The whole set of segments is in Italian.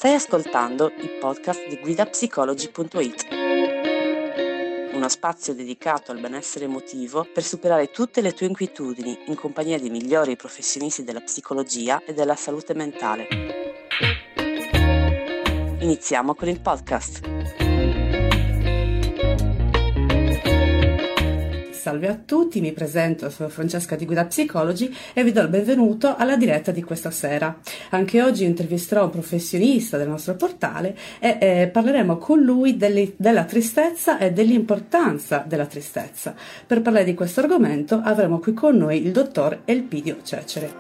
Stai ascoltando i podcast di guidapsicology.it, uno spazio dedicato al benessere emotivo per superare tutte le tue inquietudini in compagnia dei migliori professionisti della psicologia e della salute mentale. Iniziamo con il podcast. Salve a tutti, mi presento, sono Francesca di Guida Psychology e vi do il benvenuto alla diretta di questa sera. Anche oggi intervisterò un professionista del nostro portale e parleremo con lui della tristezza e dell'importanza della tristezza. Per parlare di questo argomento avremo qui con noi il dottor Elpidio Cecere.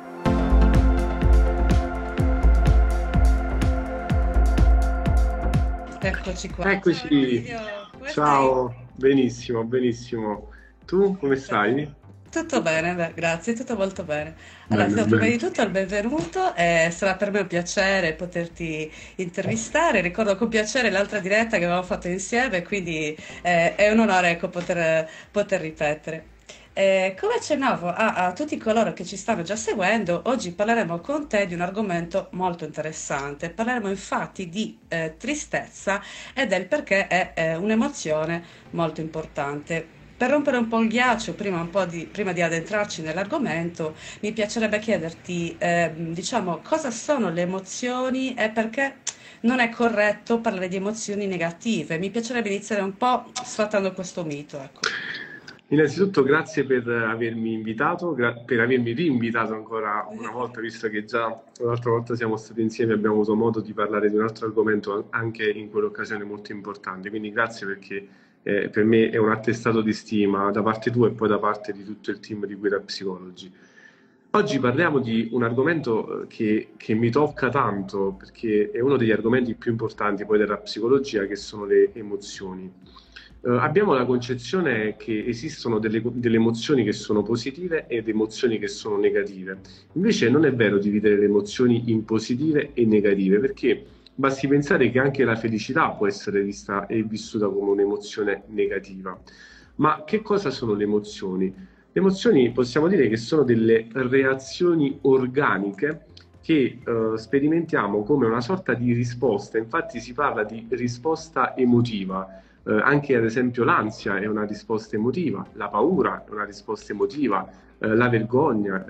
Eccoci qua. Eccoci, ciao, benissimo. Tu come stai? Tutto bene, grazie, tutto molto bene. Allora, Bene, prima bene. di tutto il benvenuto, sarà per me un piacere poterti intervistare. Ricordo con piacere l'altra diretta che avevamo fatto insieme, quindi è un onore, ecco, poter ripetere. Come accennavo a tutti coloro che ci stanno già seguendo, oggi parleremo con te di un argomento molto interessante. Parleremo infatti di tristezza e del perché è un'emozione molto importante. Per rompere un po' il ghiaccio, prima di addentrarci nell'argomento, mi piacerebbe chiederti, diciamo, cosa sono le emozioni e perché non è corretto parlare di emozioni negative. Mi piacerebbe iniziare un po' sfatando questo mito, ecco. Innanzitutto grazie per avermi invitato, per avermi rinvitato ancora una volta, visto che già l'altra volta siamo stati insieme e abbiamo avuto modo di parlare di un altro argomento anche in quell'occasione molto importante. Quindi grazie perché per me è un attestato di stima da parte tua e poi da parte di tutto il team di Guida Psychology. Oggi parliamo di un argomento che mi tocca tanto perché è uno degli argomenti più importanti poi della psicologia, che sono le emozioni. Abbiamo la concezione che esistono delle emozioni che sono positive ed emozioni che sono negative. Invece non è vero dividere le emozioni in positive e negative, perché basti pensare che anche la felicità può essere vista e vissuta come un'emozione negativa. Ma che cosa sono le emozioni? Le emozioni possiamo dire che sono delle reazioni organiche che sperimentiamo come una sorta di risposta. Infatti si parla di risposta emotiva. Anche ad esempio l'ansia è una risposta emotiva, la paura è una risposta emotiva, la vergogna,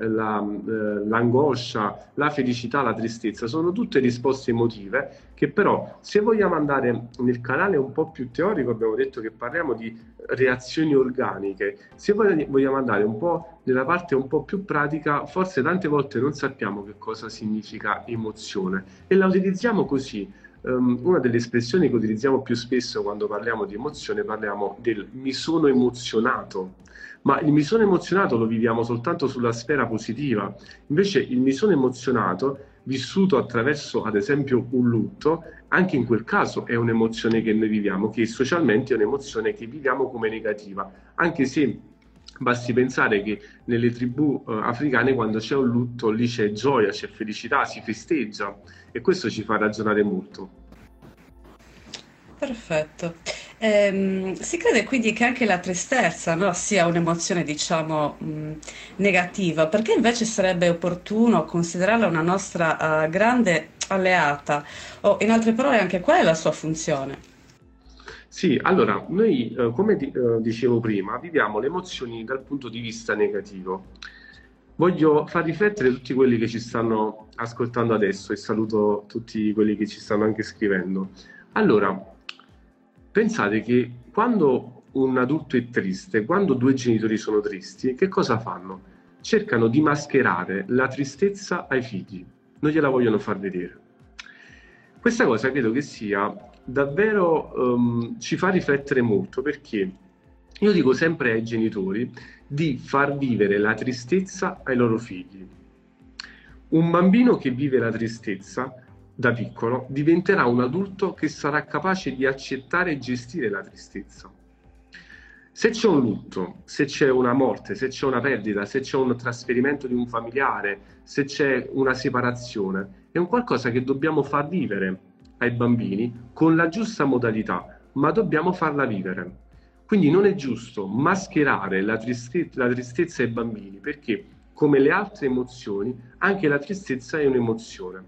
l'angoscia, la felicità, la tristezza sono tutte risposte emotive che però, se vogliamo andare nel canale un po' più teorico, abbiamo detto che parliamo di reazioni organiche. Se vogliamo andare un po' nella parte un po' più pratica, forse tante volte non sappiamo che cosa significa emozione e la utilizziamo così. Una delle espressioni che utilizziamo più spesso quando parliamo di emozione, parliamo del mi sono emozionato, ma il mi sono emozionato lo viviamo soltanto sulla sfera positiva. Invece il mi sono emozionato, vissuto attraverso ad esempio un lutto, anche in quel caso è un'emozione che noi viviamo, che socialmente è un'emozione che viviamo come negativa, anche se basti pensare che nelle tribù africane quando c'è un lutto lì c'è gioia, c'è felicità, si festeggia e questo ci fa ragionare molto. Perfetto. Si crede quindi che anche la tristezza, no, sia un'emozione, diciamo, negativa, perché invece sarebbe opportuno considerarla una nostra grande alleata, o in altre parole anche qual è la sua funzione? Sì, allora, noi, come dicevo prima, viviamo le emozioni dal punto di vista negativo. Voglio far riflettere tutti quelli che ci stanno ascoltando adesso e saluto tutti quelli che ci stanno anche scrivendo. Allora, pensate che quando un adulto è triste, quando due genitori sono tristi, che cosa fanno? Cercano di mascherare la tristezza ai figli, non gliela vogliono far vedere. Questa cosa credo che sia davvero ci fa riflettere molto, perché io dico sempre ai genitori di far vivere la tristezza ai loro figli. Un bambino che vive la tristezza da piccolo diventerà un adulto che sarà capace di accettare e gestire la tristezza. Se c'è un lutto, se c'è una morte, se c'è una perdita, se c'è un trasferimento di un familiare, se c'è una separazione, è un qualcosa che dobbiamo far vivere ai bambini con la giusta modalità, ma dobbiamo farla vivere. Quindi non è giusto mascherare la tristezza ai bambini, perché come le altre emozioni, anche la tristezza è un'emozione.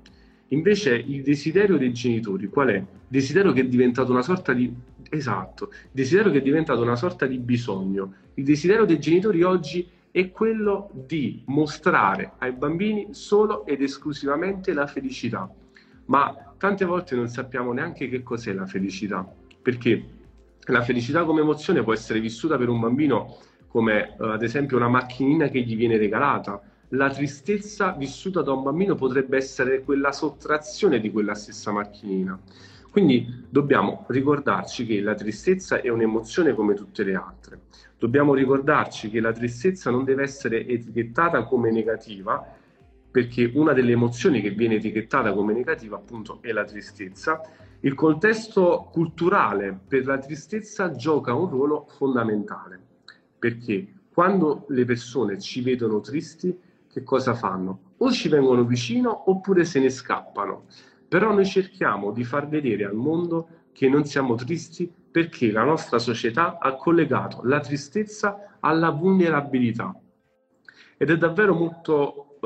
Invece il desiderio dei genitori qual è? Il desiderio che è diventato una sorta di... Esatto, il desiderio che è diventato una sorta di bisogno. Il desiderio dei genitori oggi è quello di mostrare ai bambini solo ed esclusivamente la felicità. Ma tante volte non sappiamo neanche che cos'è la felicità, perché la felicità come emozione può essere vissuta per un bambino come ad esempio una macchinina che gli viene regalata. La tristezza vissuta da un bambino potrebbe essere quella sottrazione di quella stessa macchinina. Quindi dobbiamo ricordarci che la tristezza è un'emozione come tutte le altre. Dobbiamo ricordarci che la tristezza non deve essere etichettata come negativa, perché una delle emozioni che viene etichettata come negativa appunto è la tristezza. Il contesto culturale per la tristezza gioca un ruolo fondamentale, perché quando le persone ci vedono tristi, che cosa fanno? O ci vengono vicino oppure se ne scappano. Però noi cerchiamo di far vedere al mondo che non siamo tristi perché la nostra società ha collegato la tristezza alla vulnerabilità. Ed è davvero molto...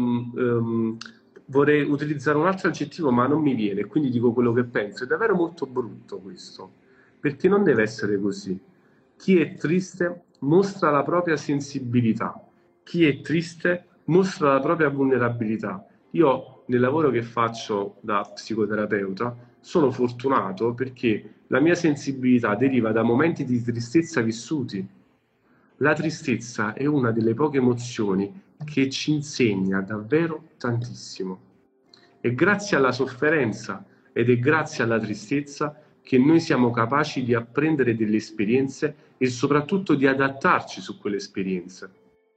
vorrei utilizzare un altro aggettivo ma non mi viene, quindi dico quello che penso. È davvero molto brutto questo, perché non deve essere così. Chi è triste mostra la propria sensibilità, chi è triste mostra la propria vulnerabilità. Io nel lavoro che faccio da psicoterapeuta sono fortunato perché la mia sensibilità deriva da momenti di tristezza vissuti. La tristezza è una delle poche emozioni che ci insegna davvero tantissimo. È grazie alla sofferenza ed è grazie alla tristezza che noi siamo capaci di apprendere delle esperienze e soprattutto di adattarci su quelle esperienze.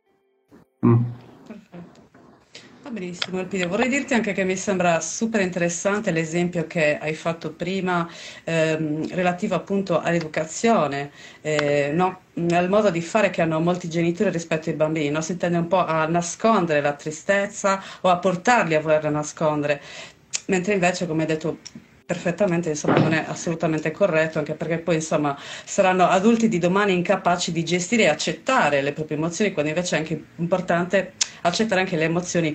Perfetto. Va benissimo, Elpidio. Vorrei dirti anche che mi sembra super interessante l'esempio che hai fatto prima, relativo appunto all'educazione, no? Al modo di fare che hanno molti genitori rispetto ai bambini, no? Si tende un po' a nascondere la tristezza o a portarli a volerla nascondere, mentre invece, come hai detto perfettamente, insomma, non è assolutamente corretto, anche perché poi, insomma, saranno adulti di domani incapaci di gestire e accettare le proprie emozioni, quando invece è anche importante accettare anche le emozioni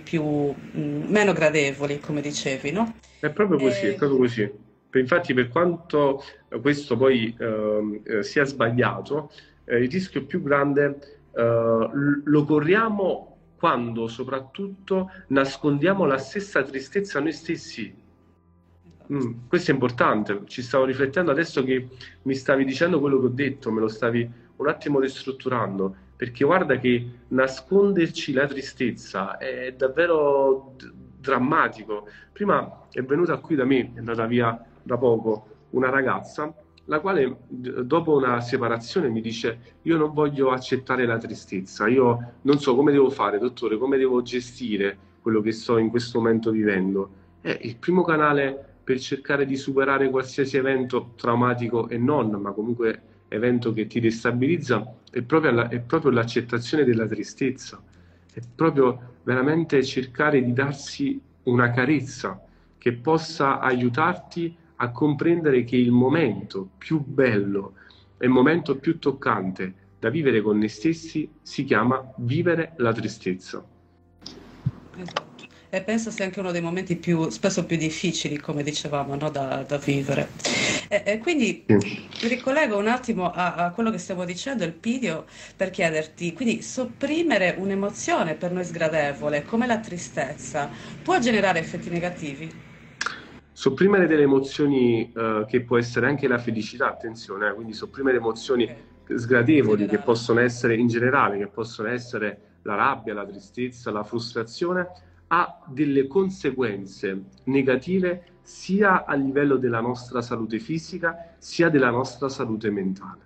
meno gradevoli, come dicevi, no? È proprio così, è proprio così. Infatti, per quanto questo poi sia sbagliato, il rischio più grande lo corriamo quando soprattutto nascondiamo la stessa tristezza a noi stessi. Questo è importante, ci stavo riflettendo adesso che mi stavi dicendo quello che ho detto, me lo stavi un attimo ristrutturando, perché guarda che nasconderci la tristezza è davvero drammatico. Prima è venuta qui da me, è andata via da poco, una ragazza, la quale dopo una separazione mi dice: io non voglio accettare la tristezza, io non so come devo fare, dottore, come devo gestire quello che sto in questo momento vivendo. Il primo canale per cercare di superare qualsiasi evento traumatico e non, ma comunque evento che ti destabilizza, è proprio l'accettazione della tristezza, è proprio veramente cercare di darsi una carezza che possa aiutarti a comprendere che il momento più bello e il momento più toccante da vivere con noi stessi si chiama vivere la tristezza. Esatto. E penso sia anche uno dei momenti spesso più difficili, come dicevamo, no, da vivere. E quindi mi ricollego un attimo a quello che stiamo dicendo, Elpidio, per chiederti, quindi sopprimere un'emozione per noi sgradevole, come la tristezza, può generare effetti negativi? Sopprimere delle emozioni che può essere anche la felicità, attenzione, quindi sopprimere emozioni sgradevoli che possono essere in generale, che possono essere la rabbia, la tristezza, la frustrazione, ha delle conseguenze negative sia a livello della nostra salute fisica sia della nostra salute mentale.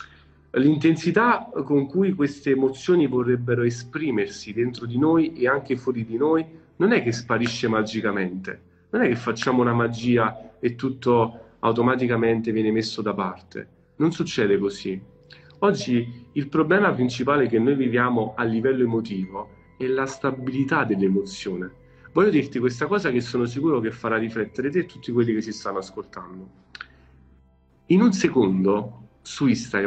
L'intensità con cui queste emozioni vorrebbero esprimersi dentro di noi e anche fuori di noi non è che sparisce magicamente, non è che facciamo una magia e tutto automaticamente viene messo da parte. Non succede così. Oggi il problema principale che noi viviamo a livello emotivo è la stabilità dell'emozione. Voglio dirti questa cosa che sono sicuro che farà riflettere te e tutti quelli che ci stanno ascoltando. In un secondo su Instagram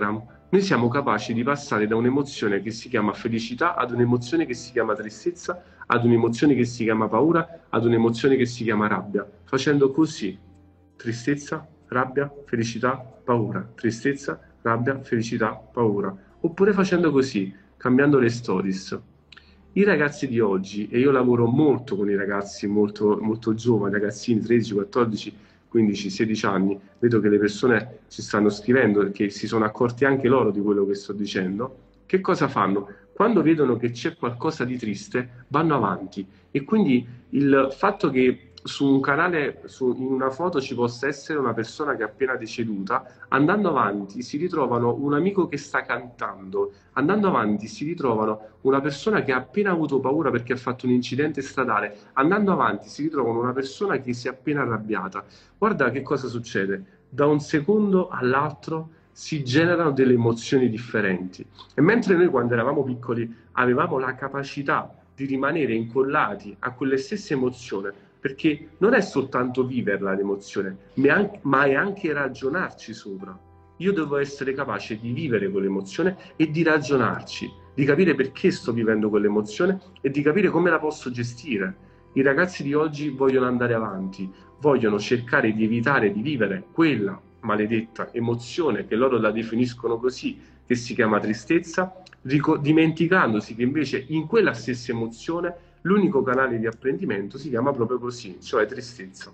noi siamo capaci di passare da un'emozione che si chiama felicità ad un'emozione che si chiama tristezza, ad un'emozione che si chiama paura, ad un'emozione che si chiama rabbia, facendo così: tristezza, rabbia, felicità, paura, tristezza, rabbia, felicità, paura. Oppure facendo così, cambiando le stories. I ragazzi di oggi, e io lavoro molto con i ragazzi molto, molto giovani, ragazzini 13, 14, 15, 16 anni, vedo che le persone ci stanno scrivendo perché si sono accorti anche loro di quello che sto dicendo. Che cosa fanno? Quando vedono che c'è qualcosa di triste, vanno avanti. E quindi il fatto che su un canale, in una foto ci possa essere una persona che è appena deceduta, andando avanti si ritrovano un amico che sta cantando, andando avanti si ritrovano una persona che ha appena avuto paura perché ha fatto un incidente stradale, andando avanti si ritrovano una persona che si è appena arrabbiata. Guarda che cosa succede: da un secondo all'altro si generano delle emozioni differenti. E mentre noi quando eravamo piccoli avevamo la capacità di rimanere incollati a quelle stesse emozioni, perché non è soltanto viverla l'emozione, ma è anche ragionarci sopra. Io devo essere capace di vivere quell'emozione e di ragionarci, di capire perché sto vivendo quell'emozione e di capire come la posso gestire. I ragazzi di oggi vogliono andare avanti, vogliono cercare di evitare di vivere quella maledetta emozione, che loro la definiscono così, che si chiama tristezza, dimenticandosi che invece in quella stessa emozione l'unico canale di apprendimento si chiama proprio così, cioè tristezza.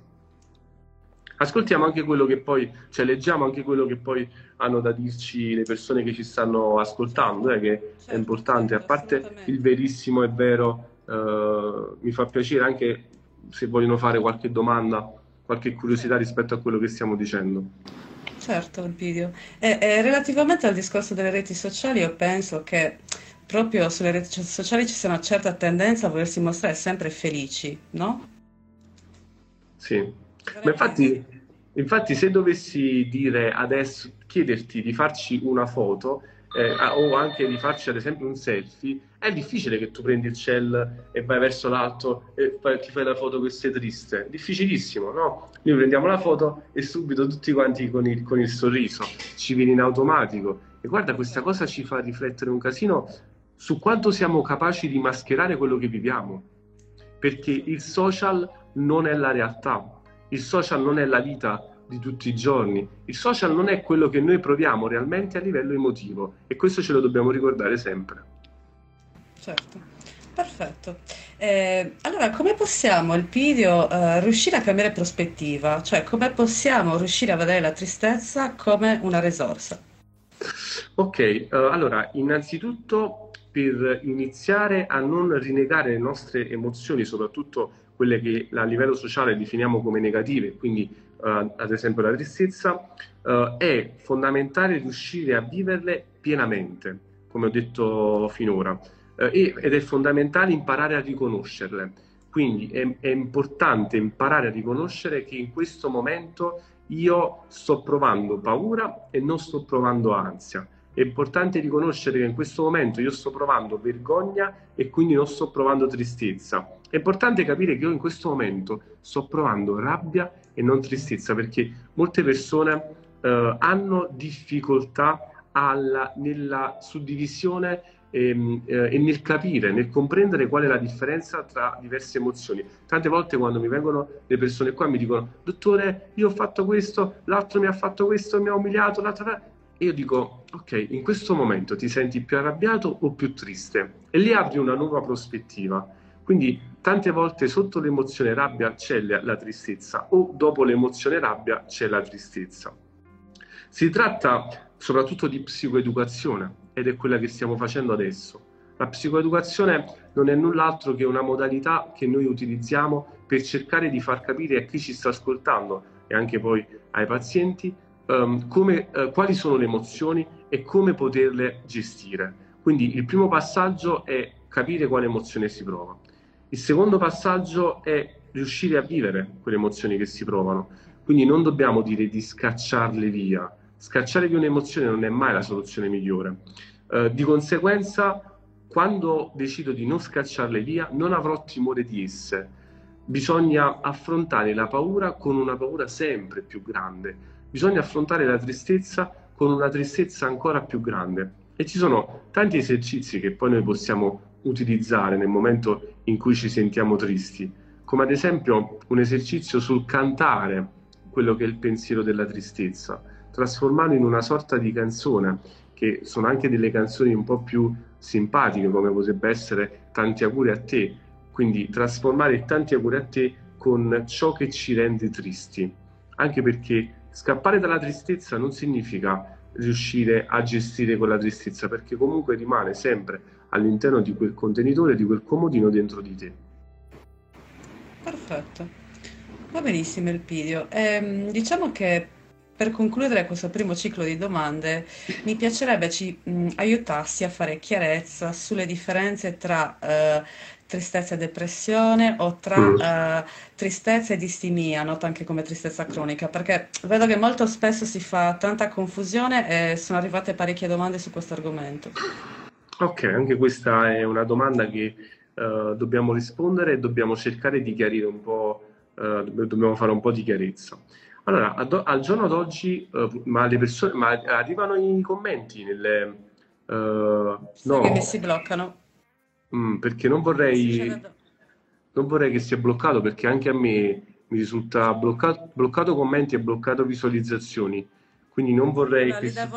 Ascoltiamo anche quello che poi, cioè leggiamo anche quello che poi hanno da dirci le persone che ci stanno ascoltando, che Certo, è importante, a parte assolutamente. il verissimo è vero, mi fa piacere anche se vogliono fare qualche domanda, qualche curiosità rispetto a quello che stiamo dicendo. Certo, il video. E relativamente al discorso delle reti sociali, io penso che proprio sulle reti sociali ci sia una certa tendenza a volersi mostrare sempre felici, no? Sì, ma Veramente. infatti se dovessi dire adesso, chiederti di farci una foto o anche di farci ad esempio un selfie, è difficile che tu prendi il cell e vai verso l'alto e ti fai la foto che sei triste. È difficilissimo, no? Noi prendiamo la foto e subito tutti quanti con il sorriso, ci viene in automatico. E guarda, questa cosa ci fa riflettere un casino su quanto siamo capaci di mascherare quello che viviamo, perché il social non è la realtà, il social non è la vita di tutti i giorni, il social non è quello che noi proviamo realmente a livello emotivo, e questo ce lo dobbiamo ricordare sempre. Certo, perfetto. Allora, come possiamo il video riuscire a cambiare prospettiva? Cioè, come possiamo riuscire a vedere la tristezza come una risorsa? Ok, allora, innanzitutto per iniziare a non rinnegare le nostre emozioni, soprattutto quelle che a livello sociale definiamo come negative, quindi ad esempio la tristezza, è fondamentale riuscire a viverle pienamente, come ho detto finora, ed è fondamentale imparare a riconoscerle. Quindi è importante imparare a riconoscere che in questo momento io sto provando paura e non sto provando ansia. È importante riconoscere che in questo momento io sto provando vergogna e quindi non sto provando tristezza. È importante capire che io in questo momento sto provando rabbia e non tristezza, perché molte persone hanno difficoltà nella suddivisione e nel capire, nel comprendere qual è la differenza tra diverse emozioni. Tante volte quando mi vengono le persone qua mi dicono: dottore, io ho fatto questo, l'altro mi ha fatto questo, mi ha umiliato, l'altro... E io dico: ok, in questo momento ti senti più arrabbiato o più triste? E lì apri una nuova prospettiva. Quindi tante volte sotto l'emozione rabbia c'è la tristezza, o dopo l'emozione rabbia c'è la tristezza. Si tratta soprattutto di psicoeducazione, ed è quella che stiamo facendo adesso. La psicoeducazione non è null'altro che una modalità che noi utilizziamo per cercare di far capire a chi ci sta ascoltando e anche poi ai pazienti quali sono le emozioni e come poterle gestire. Quindi il primo passaggio è capire quale emozione si prova. Il secondo passaggio è riuscire a vivere quelle emozioni che si provano. Quindi non dobbiamo dire di scacciarle via. Scacciare via un'emozione non è mai la soluzione migliore. Di conseguenza, quando decido di non scacciarle via, non avrò timore di esse. Bisogna affrontare la paura con una paura sempre più grande. Bisogna affrontare la tristezza con una tristezza ancora più grande. E ci sono tanti esercizi che poi noi possiamo utilizzare nel momento in cui ci sentiamo tristi, come ad esempio un esercizio sul cantare quello che è il pensiero della tristezza, trasformarlo in una sorta di canzone, che sono anche delle canzoni un po' più simpatiche, come potrebbe essere Tanti auguri a te, quindi trasformare Tanti auguri a te con ciò che ci rende tristi, anche perché scappare dalla tristezza non significa riuscire a gestire quella tristezza, perché comunque rimane sempre all'interno di quel contenitore, di quel comodino dentro di te. Perfetto, va benissimo Elpidio. Diciamo che per concludere questo primo ciclo di domande mi piacerebbe ci aiutassi a fare chiarezza sulle differenze tra tristezza e depressione o Mm. tra tristezza e distimia, nota anche come tristezza cronica, perché vedo che molto spesso si fa tanta confusione e sono arrivate parecchie domande su questo argomento. Ok, anche questa è una domanda che dobbiamo rispondere e dobbiamo cercare di chiarire un po', dobbiamo fare un po' di chiarezza. Allora, al giorno d'oggi, ma le persone, ma arrivano i commenti nelle, Sai che mi no, si bloccano? perché Mi succede. non vorrei che sia bloccato, perché anche a me mi risulta bloccato commenti e bloccato visualizzazioni, quindi non vorrei Allora, che si...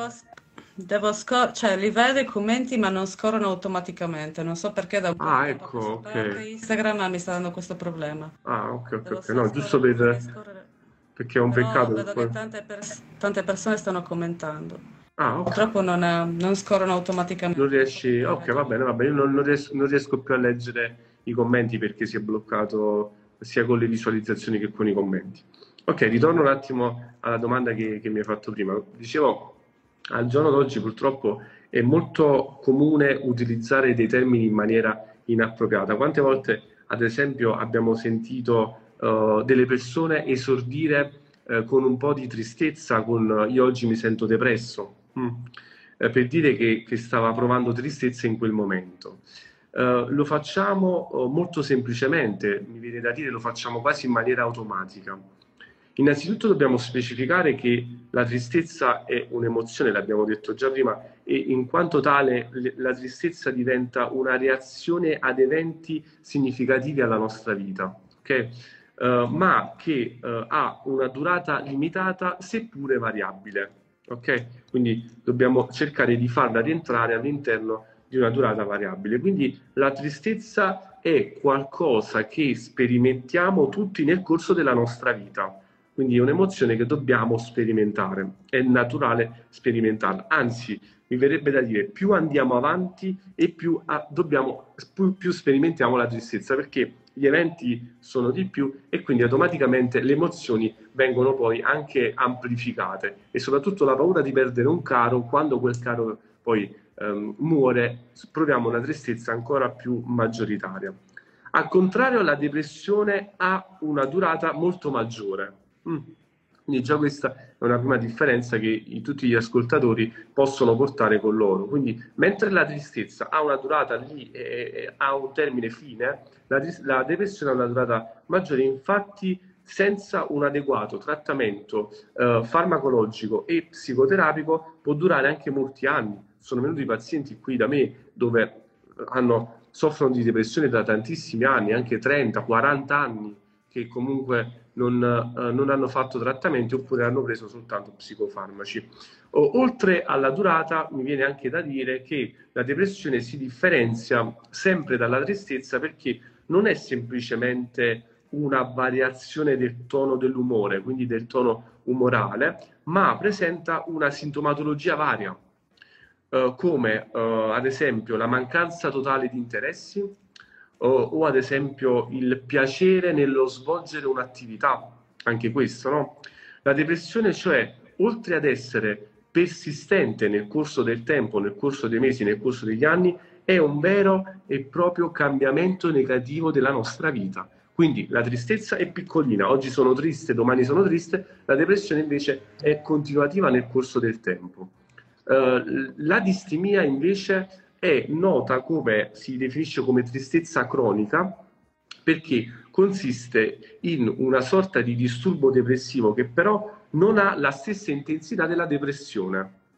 cioè li vedo i commenti ma non scorrono automaticamente. Non so perché da un po' di Ah, tempo ecco, che sto ok. per anche Instagram mi sta dando questo problema. Ah, ok, ok, Devo ok. solo No, giusto farli scorrere. perché è un Però peccato che vedo che poi... tante persone stanno commentando. Ah, ok. Purtroppo non scorrono Non automaticamente, non so per riesci... quale Ok, va bene, ragione. va bene. Io non riesco più a leggere i commenti perché si è bloccato sia con le visualizzazioni che con i commenti. Ok, ritorno un attimo alla domanda che mi hai fatto prima. Dicevo, al giorno d'oggi purtroppo è molto comune utilizzare dei termini in maniera inappropriata. Quante volte, ad esempio, abbiamo sentito delle persone esordire con un po' di tristezza, con io oggi mi sento depresso. Per dire che stava provando tristezza in quel momento. Lo facciamo molto semplicemente, mi viene da dire, lo facciamo quasi in maniera automatica. Innanzitutto dobbiamo specificare che la tristezza è un'emozione, l'abbiamo detto già prima, e in quanto tale la tristezza diventa una reazione ad eventi significativi alla nostra vita, ok? Ma che ha una durata limitata, seppure variabile. Ok? Quindi dobbiamo cercare di farla rientrare all'interno di una durata variabile. Quindi la tristezza è qualcosa che sperimentiamo tutti nel corso della nostra vita. Quindi è un'emozione che dobbiamo sperimentare, è naturale sperimentarla. Anzi, mi verrebbe da dire, più andiamo avanti e più sperimentiamo la tristezza, perché gli eventi sono di più e quindi automaticamente le emozioni vengono poi anche amplificate e soprattutto la paura di perdere un caro, quando quel caro poi muore, proviamo una tristezza ancora più maggioritaria. Al contrario, la depressione ha una durata molto maggiore. Mm. Quindi già questa è una prima differenza che tutti gli ascoltatori possono portare con loro. Quindi, mentre la tristezza ha una durata lì e ha un termine fine, la depressione ha una durata maggiore. Infatti, senza un adeguato trattamento farmacologico e psicoterapico può durare anche molti anni. Sono venuti pazienti qui da me dove soffrono di depressione da tantissimi anni, anche 30, 40 anni, che comunque non hanno fatto trattamenti oppure hanno preso soltanto psicofarmaci. Oltre alla durata, mi viene anche da dire che la depressione si differenzia sempre dalla tristezza, perché non è semplicemente una variazione del tono dell'umore, quindi del tono umorale, ma presenta una sintomatologia varia, come ad esempio la mancanza totale di interessi o ad esempio il piacere nello svolgere un'attività, anche questo, no? La depressione, cioè, oltre ad essere persistente nel corso del tempo, nel corso dei mesi, nel corso degli anni, è un vero e proprio cambiamento negativo della nostra vita. Quindi la tristezza è piccolina, oggi sono triste, domani sono triste, la depressione invece è continuativa nel corso del tempo. La distimia invece è nota come, si definisce come tristezza cronica, perché consiste in una sorta di disturbo depressivo che però non ha la stessa intensità della depressione.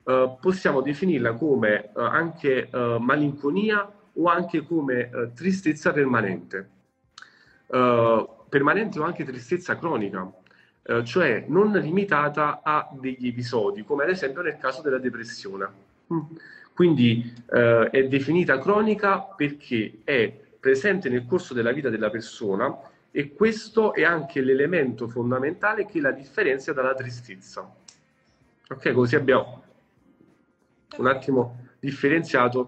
possiamo definirla come anche malinconia o anche come tristezza permanente. Permanente o anche tristezza cronica, cioè non limitata a degli episodi, come ad esempio nel caso della depressione. Quindi è definita cronica perché è presente nel corso della vita della persona, e questo è anche l'elemento fondamentale che la differenzia dalla tristezza. Ok, così abbiamo un attimo differenziato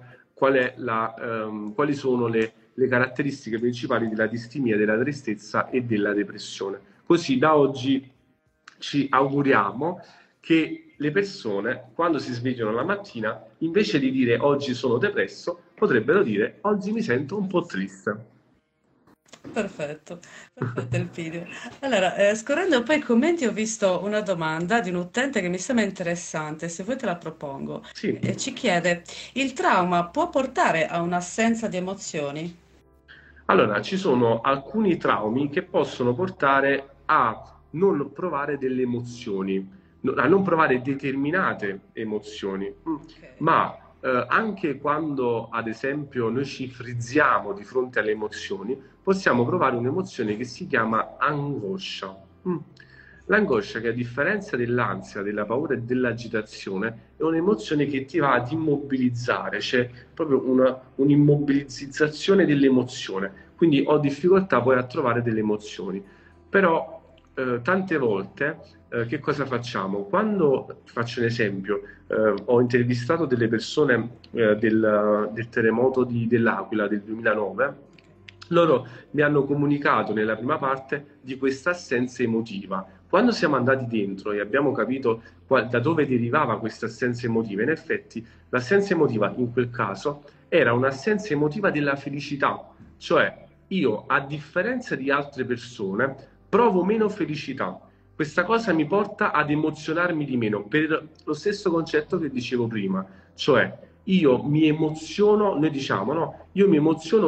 quali sono le caratteristiche principali della distimia, della tristezza e della depressione. Così da oggi ci auguriamo che le persone, quando si svegliano la mattina, invece di dire oggi sono depresso, potrebbero dire oggi mi sento un po' triste. Perfetto, perfetto Elpidio. Allora, scorrendo poi i commenti ho visto una domanda di un utente che mi sembra interessante, se vuoi te la propongo. Sì. Ci chiede, il trauma può portare a un'assenza di emozioni? Allora, ci sono alcuni traumi che possono portare a non provare delle emozioni, a non provare determinate emozioni, Ok. ma anche quando, ad esempio, noi ci frizziamo di fronte alle emozioni, possiamo provare un'emozione che si chiama angoscia. L'angoscia, che a differenza dell'ansia, della paura e dell'agitazione, è un'emozione che ti va ad immobilizzare, c'è proprio un'immobilizzazione dell'emozione, quindi ho difficoltà poi a trovare delle emozioni. Però tante volte che cosa facciamo? Quando, faccio un esempio, ho intervistato delle persone del terremoto dell'Aquila del 2009, loro mi hanno comunicato nella prima parte di questa assenza emotiva. Quando siamo andati dentro e abbiamo capito da dove derivava questa assenza emotiva, in effetti l'assenza emotiva in quel caso era un'assenza emotiva della felicità, cioè io, a differenza di altre persone, provo meno felicità. Questa cosa mi porta ad emozionarmi di meno, per lo stesso concetto che dicevo prima, cioè io mi emoziono, noi diciamo, no? Io mi emoziono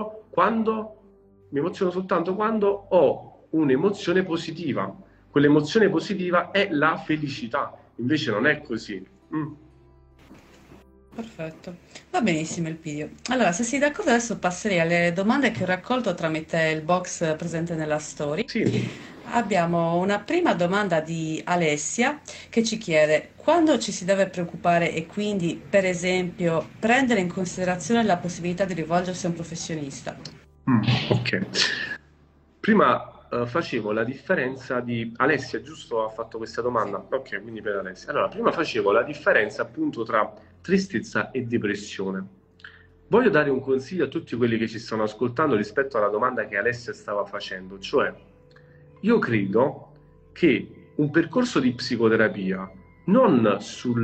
soltanto quando ho un'emozione positiva. Quell'emozione positiva è la felicità, invece non è così. Perfetto, va benissimo Elpidio. Allora, se sei d'accordo adesso passerei alle domande che ho raccolto tramite il box presente nella story. Sì. Abbiamo una prima domanda di Alessia che ci chiede quando ci si deve preoccupare e quindi, per esempio, prendere in considerazione la possibilità di rivolgersi a un professionista. Ok. Prima facevo la differenza di... Alessia, giusto, ha fatto questa domanda? Ok, quindi per Alessia. Allora, prima facevo la differenza appunto tra tristezza e depressione. Voglio dare un consiglio a tutti quelli che ci stanno ascoltando rispetto alla domanda che Alessia stava facendo, cioè io credo che un percorso di psicoterapia non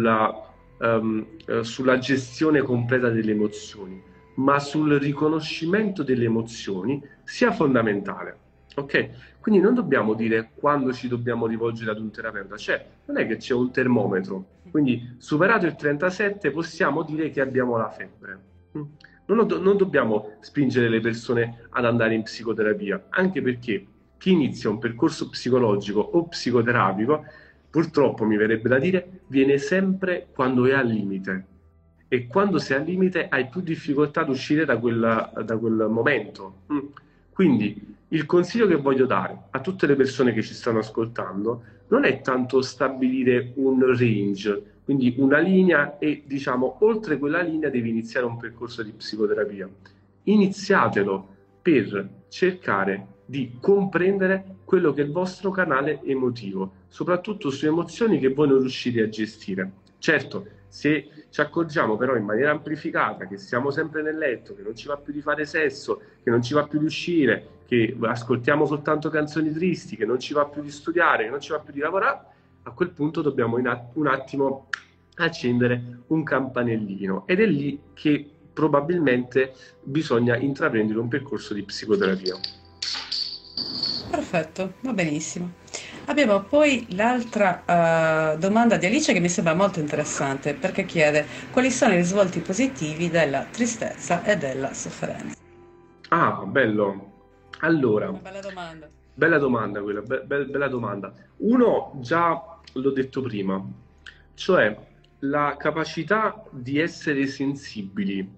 sulla gestione completa delle emozioni, ma sul riconoscimento delle emozioni sia fondamentale. Ok? Quindi non dobbiamo dire quando ci dobbiamo rivolgere ad un terapeuta, cioè non è che c'è un termometro, quindi superato il 37 possiamo dire che abbiamo la febbre. Non dobbiamo spingere le persone ad andare in psicoterapia, anche perché chi inizia un percorso psicologico o psicoterapico, purtroppo mi verrebbe da dire, viene sempre quando è al limite. E quando sei al limite hai più difficoltà ad uscire da quel momento. Quindi il consiglio che voglio dare a tutte le persone che ci stanno ascoltando non è tanto stabilire un range, quindi una linea e diciamo oltre quella linea devi iniziare un percorso di psicoterapia. Iniziatelo per cercare di comprendere quello che è il vostro canale emotivo, soprattutto su emozioni che voi non riuscite a gestire. Certo, se ci accorgiamo però in maniera amplificata che siamo sempre nel letto, che non ci va più di fare sesso, che non ci va più di uscire, che ascoltiamo soltanto canzoni tristi, che non ci va più di studiare, che non ci va più di lavorare, a quel punto dobbiamo un attimo accendere un campanellino ed è lì che probabilmente bisogna intraprendere un percorso di psicoterapia. Perfetto, va benissimo. Abbiamo poi l'altra domanda di Alice che mi sembra molto interessante perché chiede quali sono i risvolti positivi della tristezza e della sofferenza. Ah, bello. Allora, Una bella domanda. bella domanda quella, bella domanda. Uno, già l'ho detto prima, cioè la capacità di essere sensibili.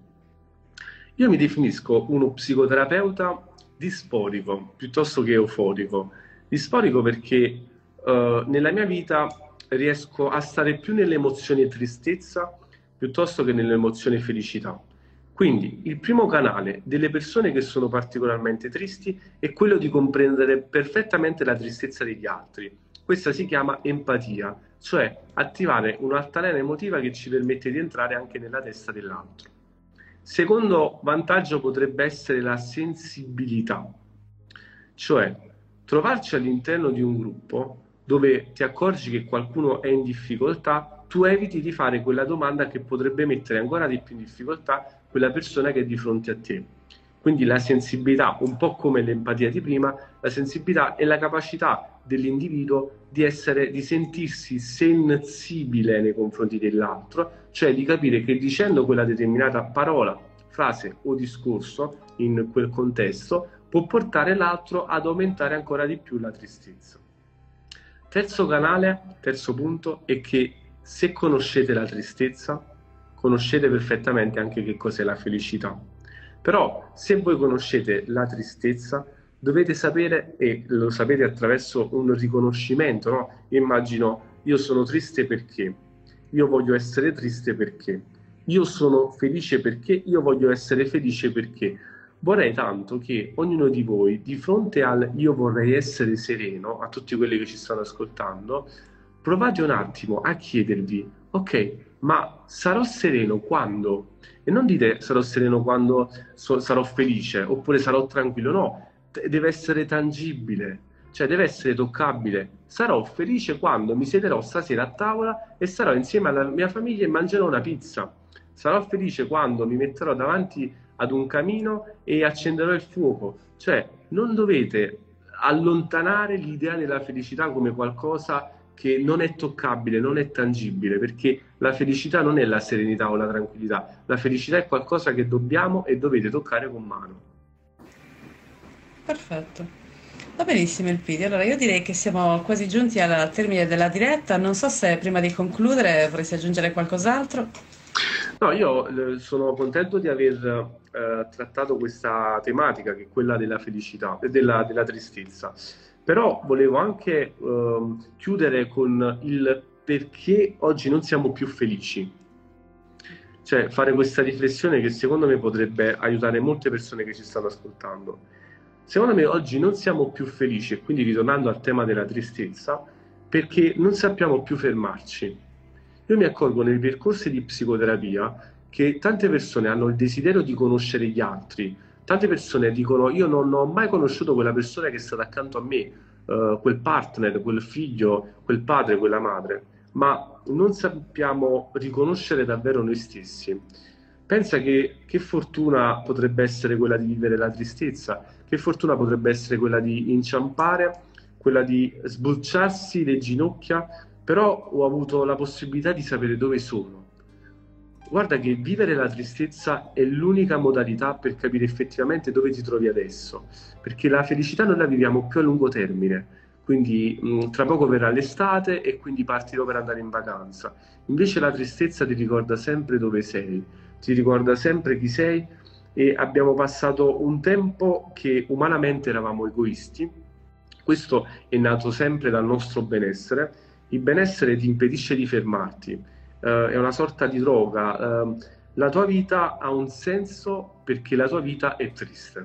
Io mi definisco uno psicoterapeuta disforico piuttosto che euforico. Disforico perché nella mia vita riesco a stare più nell'emozione tristezza piuttosto che nell'emozione felicità. Quindi il primo canale delle persone che sono particolarmente tristi è quello di comprendere perfettamente la tristezza degli altri. Questa si chiama empatia, cioè attivare un'altalena emotiva che ci permette di entrare anche nella testa dell'altro. Secondo vantaggio potrebbe essere la sensibilità, cioè trovarci all'interno di un gruppo dove ti accorgi che qualcuno è in difficoltà, tu eviti di fare quella domanda che potrebbe mettere ancora di più in difficoltà quella persona che è di fronte a te. Quindi la sensibilità, un po' come l'empatia di prima, la sensibilità è la capacità dell'individuo di sentirsi sensibile nei confronti dell'altro, cioè di capire che dicendo quella determinata parola, frase o discorso in quel contesto può portare l'altro ad aumentare ancora di più la tristezza. Terzo canale, terzo punto, è che se conoscete la tristezza, conoscete perfettamente anche che cos'è la felicità. Però se voi conoscete la tristezza, dovete sapere, e lo sapete attraverso un riconoscimento, no? Immagino, io sono triste perché, io voglio essere triste perché, io sono felice perché, io voglio essere felice perché. Vorrei tanto che ognuno di voi, di fronte al io vorrei essere sereno, a tutti quelli che ci stanno ascoltando, provate un attimo a chiedervi, ok, ma sarò sereno quando? E non dite sarò sereno quando sarò felice, oppure sarò tranquillo, no, deve essere tangibile, cioè deve essere toccabile. Sarò felice quando mi siederò stasera a tavola e sarò insieme alla mia famiglia e mangerò una pizza. Sarò felice quando mi metterò davanti ad un camino e accenderò il fuoco. Cioè, non dovete allontanare l'idea della felicità come qualcosa che non è toccabile, non è tangibile, perché la felicità non è la serenità o la tranquillità. La felicità è qualcosa che dobbiamo e dovete toccare con mano. Perfetto. Va benissimo Elpidio. Allora io direi che siamo quasi giunti al termine della diretta. Non so se prima di concludere vorresti aggiungere qualcos'altro. No, io sono contento di aver trattato questa tematica che è quella della felicità e della tristezza, però volevo anche chiudere con il perché oggi non siamo più felici, cioè fare questa riflessione che secondo me potrebbe aiutare molte persone che ci stanno ascoltando. Secondo me oggi non siamo più felici, e quindi ritornando al tema della tristezza, perché non sappiamo più fermarci. Io mi accorgo nei percorsi di psicoterapia che tante persone hanno il desiderio di conoscere gli altri. Tante persone dicono io non ho mai conosciuto quella persona che è stata accanto a me, quel partner, quel figlio, quel padre, quella madre, ma non sappiamo riconoscere davvero noi stessi. Pensa che fortuna potrebbe essere quella di vivere la tristezza, che fortuna potrebbe essere quella di inciampare, quella di sbucciarsi le ginocchia, però ho avuto la possibilità di sapere dove sono. Guarda che vivere la tristezza è l'unica modalità per capire effettivamente dove ti trovi adesso, perché la felicità noi la viviamo più a lungo termine, quindi tra poco verrà l'estate e quindi partirò per andare in vacanza. Invece la tristezza ti ricorda sempre dove sei, ti ricorda sempre chi sei, e abbiamo passato un tempo che umanamente eravamo egoisti. Questo è nato sempre dal nostro benessere. Il benessere ti impedisce di fermarti, è una sorta di droga. La tua vita ha un senso perché la tua vita è triste.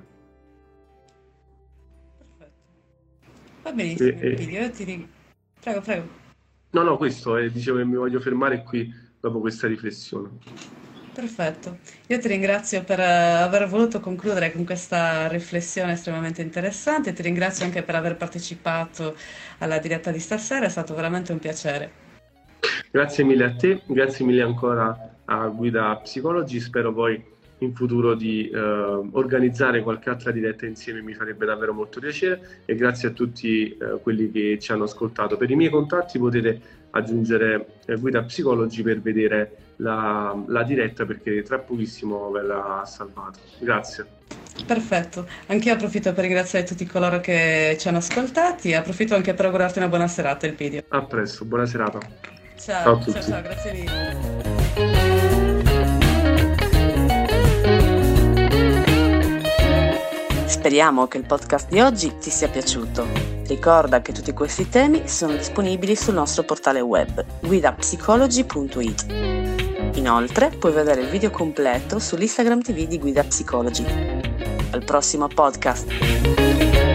Perfetto. Va benissimo, Elpidio. Prego, prego. No, questo dicevo che mi voglio fermare qui dopo questa riflessione. Perfetto. Io ti ringrazio per aver voluto concludere con questa riflessione estremamente interessante. Ti ringrazio anche per aver partecipato alla diretta di stasera, è stato veramente un piacere. Grazie mille a te, grazie mille ancora a Guida Psicologi, spero poi in futuro di organizzare qualche altra diretta insieme, mi farebbe davvero molto piacere, e grazie a tutti quelli che ci hanno ascoltato. Per i miei contatti potete aggiungere Guida Psicologi per vedere la diretta, perché tra pochissimo verrà salvata. Grazie. Perfetto, anch'io approfitto per ringraziare tutti coloro che ci hanno ascoltati e approfitto anche per augurarti una buona serata, Elpidio. A presto, buona serata. Ciao a Ciao, tutti. ciao, grazie mille. Speriamo che il podcast di oggi ti sia piaciuto. Ricorda che tutti questi temi sono disponibili sul nostro portale web guidapsicology.it. Inoltre puoi vedere il video completo sull'Instagram TV di Guida Psicology. Al prossimo podcast!